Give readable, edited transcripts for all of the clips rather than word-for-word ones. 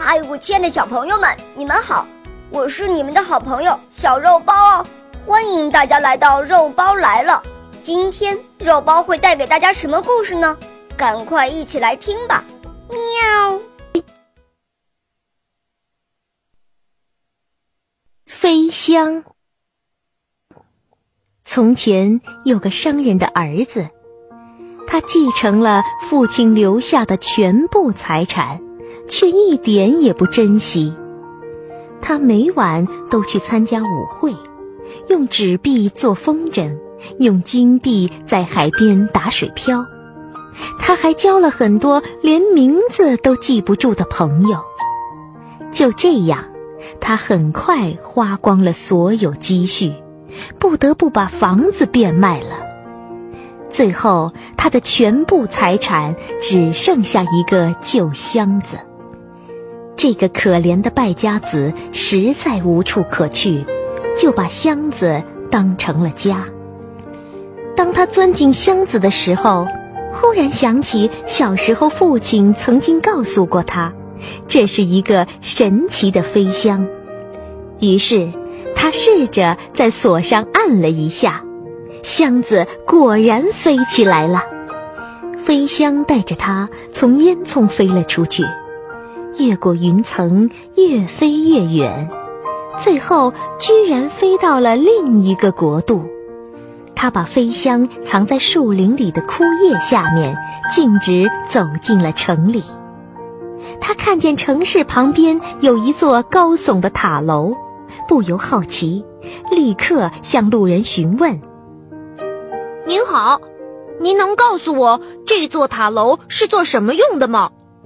嗨，我亲爱的小朋友们，你们好，我是你们的好朋友小肉包哦，欢迎大家来到肉包来了。今天肉包会带给大家什么故事呢？赶快一起来听吧。喵。 飞箱。从前有个商人的儿子，他继承了父亲留下的全部财产，却一点也不珍惜。他每晚都去参加舞会，用纸币做风筝，用金币在海边打水漂。他还交了很多连名字都记不住的朋友。就这样，他很快花光了所有积蓄，不得不把房子变卖了。最后，他的全部财产只剩下一个旧箱子。这个可怜的败家子实在无处可去，就把箱子当成了家。当他钻进箱子的时候，忽然想起小时候父亲曾经告诉过他，这是一个神奇的飞箱。于是他试着在锁上按了一下，箱子果然飞起来了。飞箱带着他从烟囱飞了出去，越过云层，越飞越远，最后居然飞到了另一个国度。他把飞箱藏在树林里的枯叶下面，径直走进了城里。他看见城市旁边有一座高耸的塔楼，不由好奇，立刻向路人询问： 您好，您能告诉我这座塔楼是做什么用的吗？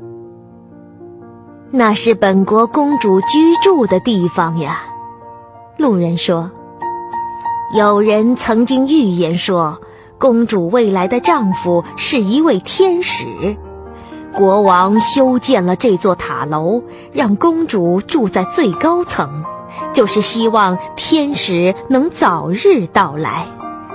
那是本国公主居住的地方呀。路人说，有人曾经预言说，公主未来的丈夫是一位天使。国王修建了这座塔楼，让公主住在最高层，就是希望天使能早日到来。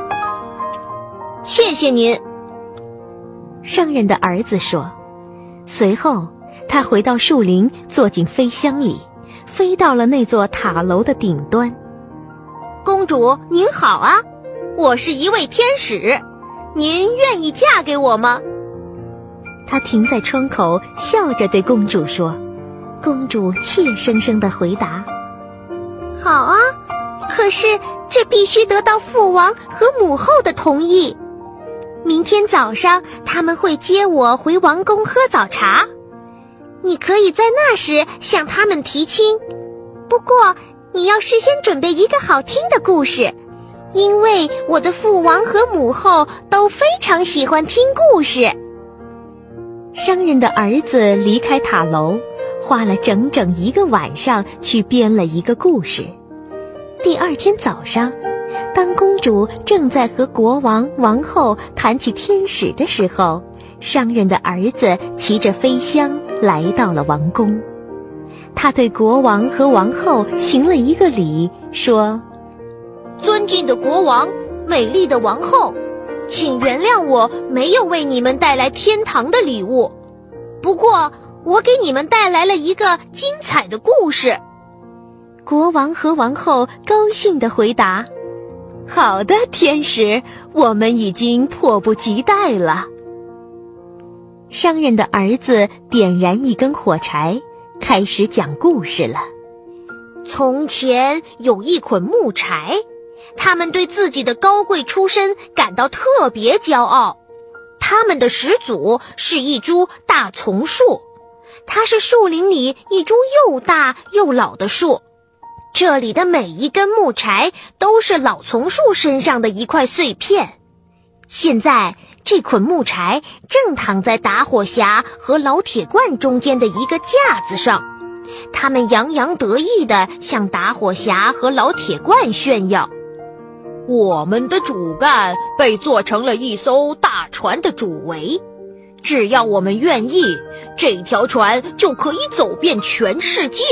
谢谢您。 商人的儿子说。随后他回到树林，坐进飞箱里，飞到了那座塔楼的顶端。 公主您好啊，我是一位天使，您愿意嫁给我吗？ 他停在窗口，笑着对公主说。公主怯生生地回答， 好啊，可是这必须得到父王和母后的同意。明天早上他们会接我回王宫喝早茶，你可以在那时向他们提亲。不过你要事先准备一个好听的故事，因为我的父王和母后都非常喜欢听故事。 商人的儿子离开塔楼，花了整整一个晚上去编了一个故事。第二天早上，当公主正在和国王、王后谈起天使的时候，商人的儿子骑着飞箱来到了王宫。他对国王和王后行了一个礼，说： 尊敬的国王，美丽的王后，请原谅我没有为你们带来天堂的礼物，不过我给你们带来了一个精彩的故事。 国王和王后高兴地回答：好的，天使，我们已经迫不及待了。商人的儿子点燃一根火柴，开始讲故事了。 从前有一捆木柴，他们对自己的高贵出身感到特别骄傲。他们的始祖是一株大丛树，它是树林里一株又大又老的树。这里的每一根木柴都是老丛树身上的一块碎片。现在这捆木柴正躺在打火匣和老铁罐中间的一个架子上，他们洋洋得意地向打火匣和老铁罐炫耀：我们的主干被做成了一艘大船的主桅，只要我们愿意，这条船就可以走遍全世界。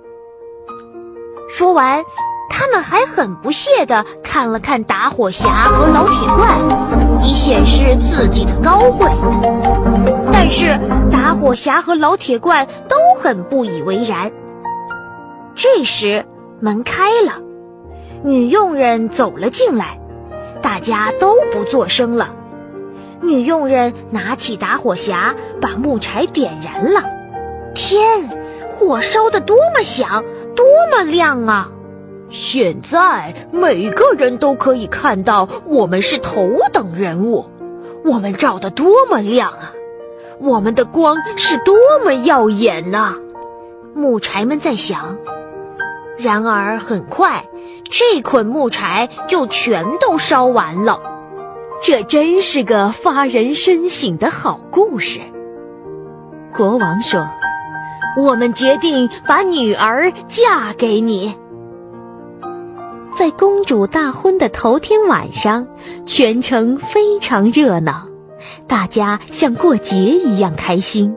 说完，他们还很不屑地看了看打火匣和老铁罐，以显示自己的高贵。但是打火匣和老铁罐都很不以为然。这时门开了，女佣人走了进来，大家都不作声了。女佣人拿起打火匣，把木柴点燃了。天，火烧得多么响，多么亮啊！ 现在每个人都可以看到我们是头等人物，我们照得多么亮啊！我们的光是多么耀眼啊！ 木柴们在想。然而很快，这捆木柴就全都烧完了。 这真是个发人深省的好故事。国王说：“我们决定把女儿嫁给你。”在公主大婚的头天晚上，全城非常热闹，大家像过节一样开心。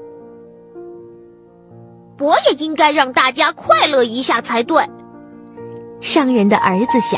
我也应该让大家快乐一下才对， 商人的儿子想。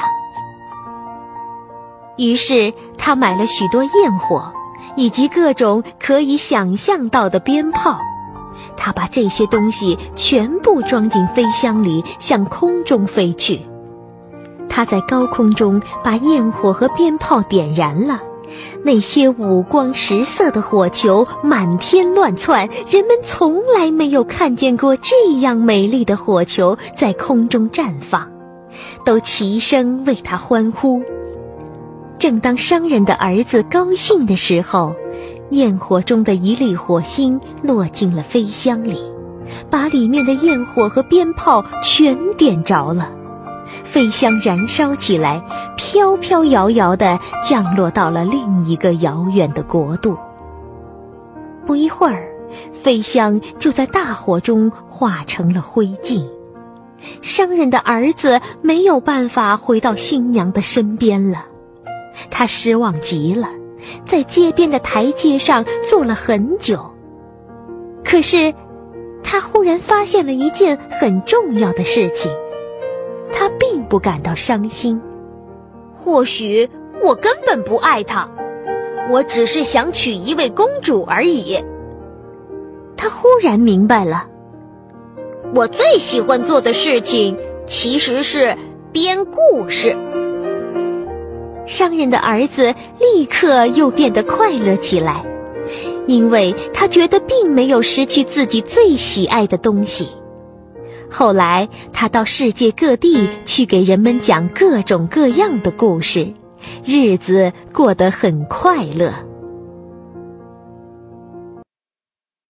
于是他买了许多焰火，以及各种可以想象到的鞭炮。他把这些东西全部装进飞箱里，向空中飞去。他在高空中把焰火和鞭炮点燃了，那些五光十色的火球满天乱窜，人们从来没有看见过这样美丽的火球在空中绽放，都齐声为他欢呼。正当商人的儿子高兴的时候，焰火中的一粒火星落进了飞箱里，把里面的焰火和鞭炮全点着了。飞箱燃烧起来，飘飘摇摇地降落到了另一个遥远的国度。不一会儿，飞箱就在大火中化成了灰烬。商人的儿子没有办法回到新娘的身边了，他失望极了，在街边的台阶上坐了很久。可是他忽然发现了一件很重要的事情，他并不感到伤心。 或许我根本不爱她，我只是想娶一位公主而已。 他忽然明白了， 我最喜欢做的事情其实是编故事。 商人的儿子立刻又变得快乐起来，因为他觉得并没有失去自己最喜爱的东西。后来他到世界各地去给人们讲各种各样的故事，日子过得很快乐。